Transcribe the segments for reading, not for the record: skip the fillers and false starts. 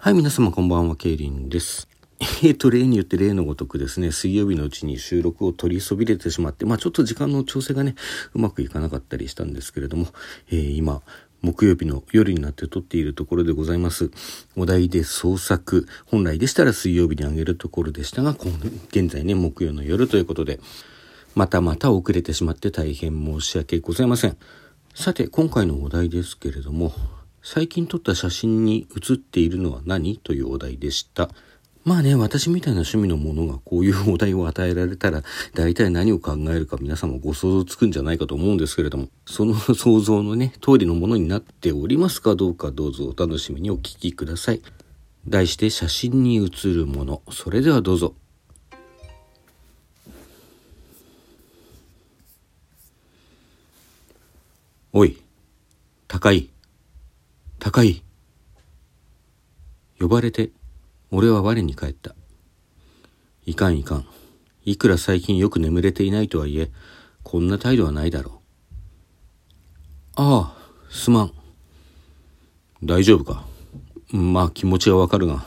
はい、皆様こんばんは、ケイリンです。例によって例のごとくですね、水曜日のうちに収録を取りそびれてしまって、ちょっと時間の調整がね、うまくいかなかったりしたんですけれども、今、木曜日の夜になって撮っているところでございます。お題で創作、本来でしたら水曜日にあげるところでしたが、現在ね、木曜の夜ということで、また遅れてしまって大変申し訳ございません。さて、今回のお題ですけれども、最近撮った写真に写っているのは何というお題でした。私みたいな趣味のものがこういうお題を与えられたら、大体何を考えるか皆さんもご想像つくんじゃないかと思うんですけれども、その想像のね、通りのものになっておりますかどうか、どうぞお楽しみにお聞きください。題して写真に写るもの。それではどうぞ。おい、高い。呼ばれて、俺は我に返った。いかん。いくら最近よく眠れていないとはいえ、こんな態度はないだろう。ああ、すまん。大丈夫か。気持ちはわかるが。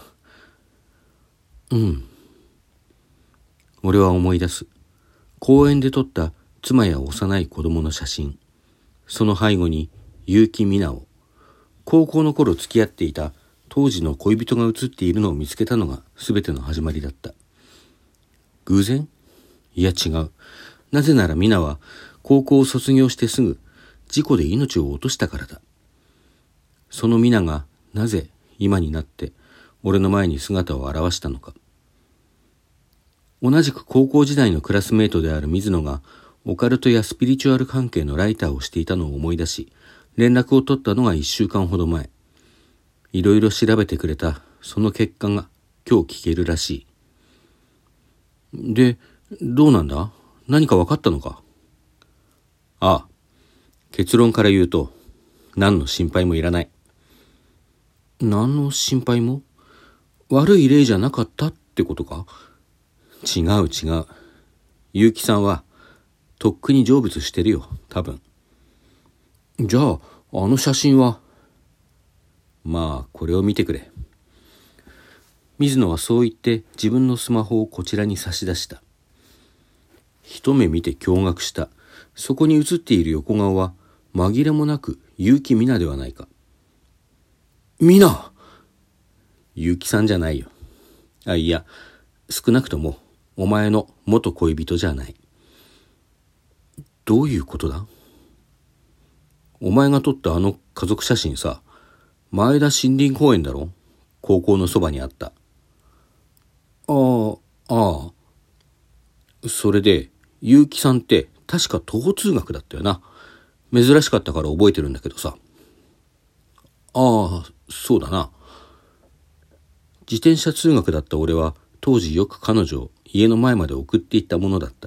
俺は思い出す。公園で撮った妻や幼い子供の写真。その背後に結城美奈を。高校の頃付き合っていた当時の恋人が写っているのを見つけたのが全ての始まりだった。偶然？いや違う。なぜなら美奈は高校を卒業してすぐ事故で命を落としたからだ。その美奈がなぜ今になって俺の前に姿を現したのか。同じく高校時代のクラスメートである水野がオカルトやスピリチュアル関係のライターをしていたのを思い出し、連絡を取ったのが1週間ほど前。いろいろ調べてくれたその結果が今日聞けるらしい。で、どうなんだ？何か分かったのか？ああ、結論から言うと、何の心配もいらない。何の心配も？悪い例じゃなかったってことか？違う。結城さんは、とっくに成仏してるよ、多分。じゃあ、あの写真は？これを見てくれ。水野はそう言って自分のスマホをこちらに差し出した。一目見て驚愕した。そこに写っている横顔は紛れもなく結城美奈ではないか。美奈！結城さんじゃないよ。いや、少なくともお前の元恋人じゃない。どういうことだ？お前が撮ったあの家族写真さ、前田森林公園だろ？高校のそばにあった。ああ。それで、結城さんって確か徒歩通学だったよな。珍しかったから覚えてるんだけどさ。ああ、そうだな。自転車通学だった俺は当時よく彼女を家の前まで送っていったものだった。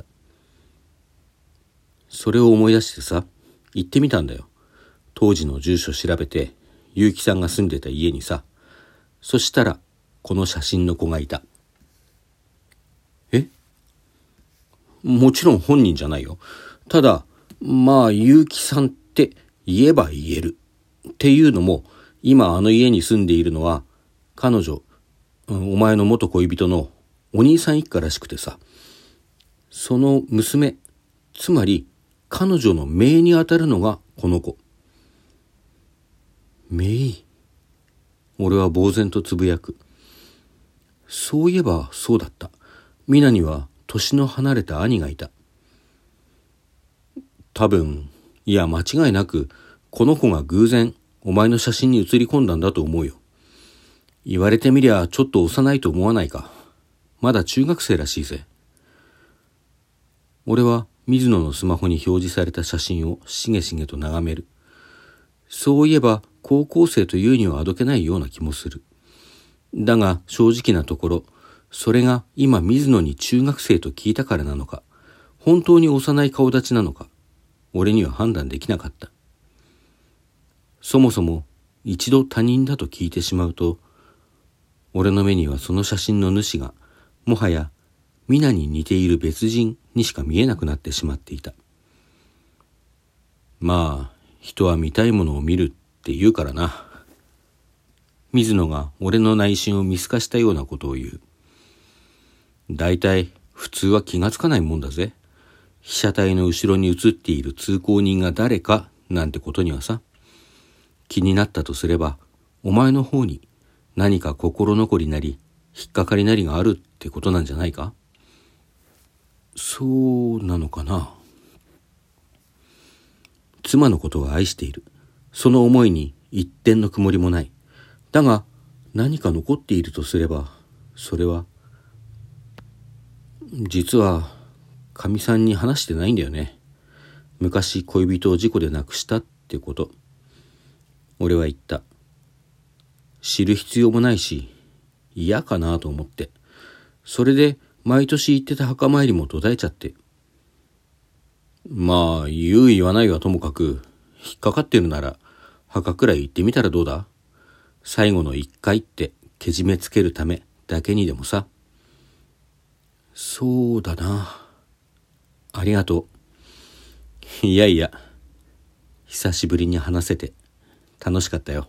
それを思い出してさ、行ってみたんだよ。当時の住所調べて、結城さんが住んでた家にさ。そしたら、この写真の子がいた。え？もちろん本人じゃないよ。ただ、結城さんって言えば言える。っていうのも、今あの家に住んでいるのは、彼女、お前の元恋人のお兄さん一家らしくてさ、その娘、つまり彼女の姪にあたるのがこの子。姪？俺は呆然とつぶやく。そういえばそうだった。美奈には年の離れた兄がいた。多分、いや間違いなく、この子が偶然お前の写真に写り込んだんだと思うよ。言われてみりゃちょっと幼いと思わないか。まだ中学生らしいぜ。俺は水野のスマホに表示された写真をしげしげと眺める。そういえば高校生というにはあどけないような気もする。だが正直なところ、それが今水野に中学生と聞いたからなのか、本当に幼い顔立ちなのか、俺には判断できなかった。そもそも一度他人だと聞いてしまうと、俺の目にはその写真の主がもはや美奈に似ている別人にしか見えなくなってしまっていた。人は見たいものを見るって言うからな。 水野が俺の内心を見透かしたようなことを言う。だいたい普通は気がつかないもんだぜ。被写体の後ろに写っている通行人が誰かなんてことにはさ。気になったとすれば、お前の方に何か心残りなり引っかかりなりがあるってことなんじゃないか？そうなのかな。妻のことを愛している。その思いに一点の曇りもない。だが何か残っているとすれば、それは実はかみさんに話してないんだよね。昔恋人を事故で亡くしたってこと。俺は言った。知る必要もないし嫌かなと思って。それで毎年行ってた墓参りも途絶えちゃって。まあ言う言わないはともかく、引っかかってるなら墓くらい行ってみたらどうだ？最後の一回ってけじめつけるためだけにでもさ。そうだな。ありがとう。いやいや、久しぶりに話せて楽しかったよ。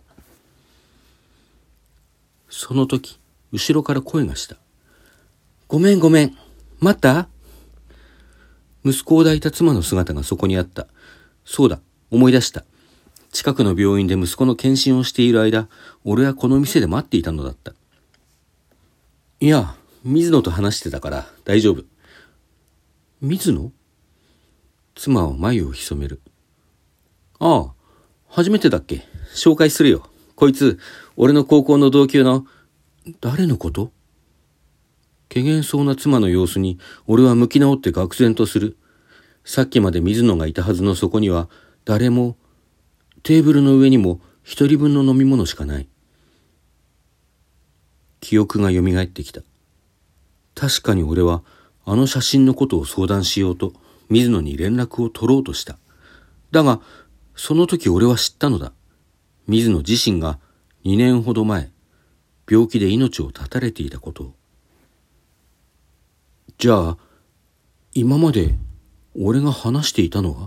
その時、後ろから声がした。ごめん、待った？息子を抱いた妻の姿がそこにあった。そうだ、思い出した。近くの病院で息子の検診をしている間、俺はこの店で待っていたのだった。いや、水野と話してたから大丈夫。水野？妻は眉を潜める。ああ、初めてだっけ？紹介するよ。こいつ、俺の高校の同級の。誰のこと？怪訝そうな妻の様子に俺は向き直って愕然とする。さっきまで水野がいたはずのそこには誰も、テーブルの上にも一人分の飲み物しかない。記憶がよみがえってきた。確かに俺はあの写真のことを相談しようと水野に連絡を取ろうとした。だがその時俺は知ったのだ。水野自身が2年ほど前病気で命を絶たれていたことを。じゃあ今まで俺が話していたのは？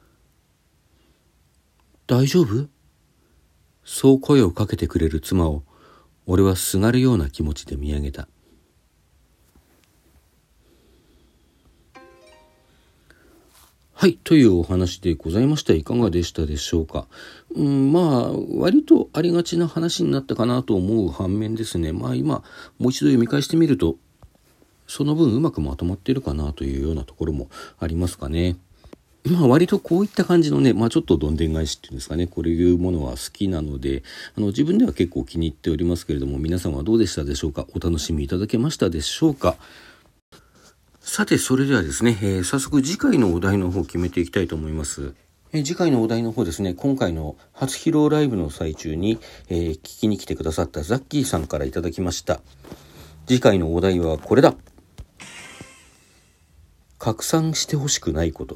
大丈夫？そう声をかけてくれる妻を俺はすがるような気持ちで見上げた。はい、というお話でございました。いかがでしたでしょうか。まあ割とありがちな話になったかなと思う反面ですね、まあ今もう一度読み返してみるとその分うまくまとまっているかなというようなところもありますかね。まあ割とこういった感じのね、ちょっとどんでん返しっていうんですかね、こういうものは好きなので、自分では結構気に入っておりますけれども、皆さんはどうでしたでしょうか。お楽しみいただけましたでしょうか。さてそれではですね、早速次回のお題の方を決めていきたいと思います。次回のお題の方ですね、今回の初披露ライブの最中に、聞きに来てくださったザッキーさんからいただきました。次回のお題はこれだ。拡散してほしくないこと。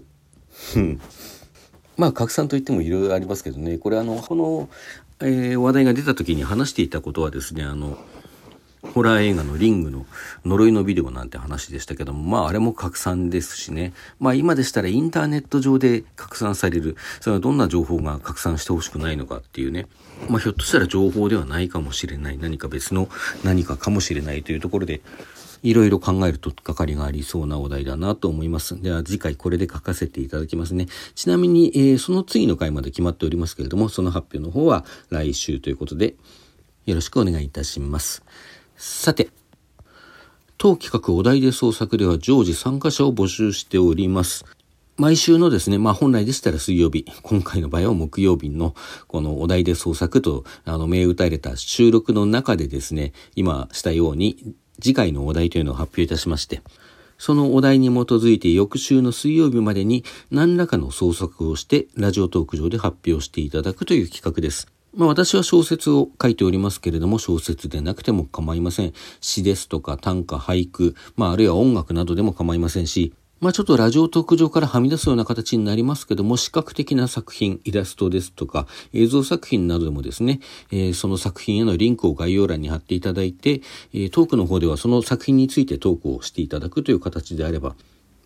まあ拡散といってもいろいろありますけどね、これこの、話題が出た時に話していたことはですね、ホラー映画のリングの呪いのビデオなんて話でしたけども、あれも拡散ですしね。今でしたらインターネット上で拡散される、それはどんな情報が拡散してほしくないのかっていうね。ひょっとしたら情報ではないかもしれない、何か別の何かかもしれないというところで、いろいろ考えるとっかかりがありそうなお題だなと思います。では次回これで書かせていただきますね。ちなみに、その次の回まで決まっておりますけれども、その発表の方は来週ということで、よろしくお願いいたします。さて、当企画お題で創作では常時参加者を募集しております。毎週のですね、本来でしたら水曜日、今回の場合は木曜日のこのお題で創作と銘打たれた収録の中でですね、今したように次回のお題というのを発表いたしまして、そのお題に基づいて翌週の水曜日までに何らかの創作をしてラジオトーク上で発表していただくという企画です。私は小説を書いておりますけれども、小説でなくても構いません。詩ですとか短歌、俳句、あるいは音楽などでも構いませんし、ちょっとラジオトーク上からはみ出すような形になりますけども、視覚的な作品、イラストですとか映像作品などでもですね、その作品へのリンクを概要欄に貼っていただいて、トークの方ではその作品についてトークをしていただくという形であれば、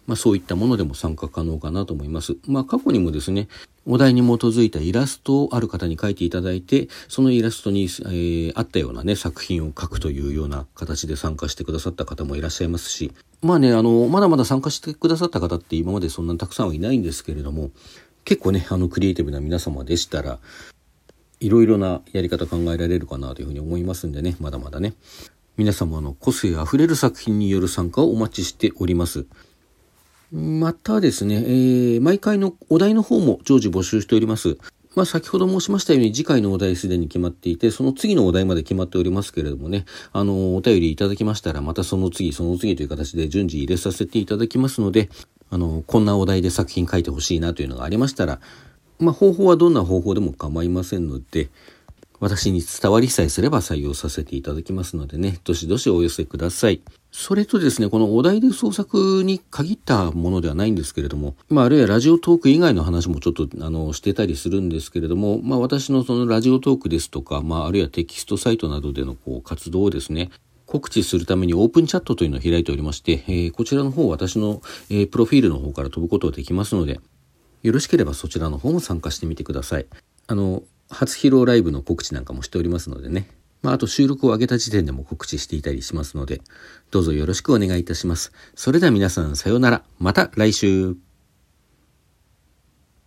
そういったものでも参加可能かなと思います。過去にもですね、お題に基づいたイラストをある方に描いていただいて、そのイラストに、合ったようなね、作品を描くというような形で参加してくださった方もいらっしゃいますし、まだまだ参加してくださった方って今までそんなにたくさんはいないんですけれども、結構ね、クリエイティブな皆様でしたら、いろいろなやり方考えられるかなというふうに思いますんでね、まだまだね。皆様の個性あふれる作品による参加をお待ちしております。またですね、毎回のお題の方も常時募集しております。先ほど申しましたように次回のお題すでに決まっていて、その次のお題まで決まっておりますけれどもね、お便りいただきましたら、またその次という形で順次入れさせていただきますので、こんなお題で作品書いてほしいなというのがありましたら、方法はどんな方法でも構いませんので、私に伝わりさえすれば採用させていただきますのでね、どしどしお寄せください。それとですね、このお題で創作に限ったものではないんですけれども、あるいはラジオトーク以外の話もちょっとしてたりするんですけれども、私のそのラジオトークですとか、あるいはテキストサイトなどでの活動をですね、告知するためにオープンチャットというのを開いておりまして、こちらの方私の、プロフィールの方から飛ぶことができますので、よろしければそちらの方も参加してみてください。初披露ライブの告知なんかもしておりますのでね。あと収録を上げた時点でも告知していたりしますので、どうぞよろしくお願いいたします。それでは皆さんさようなら。また来週。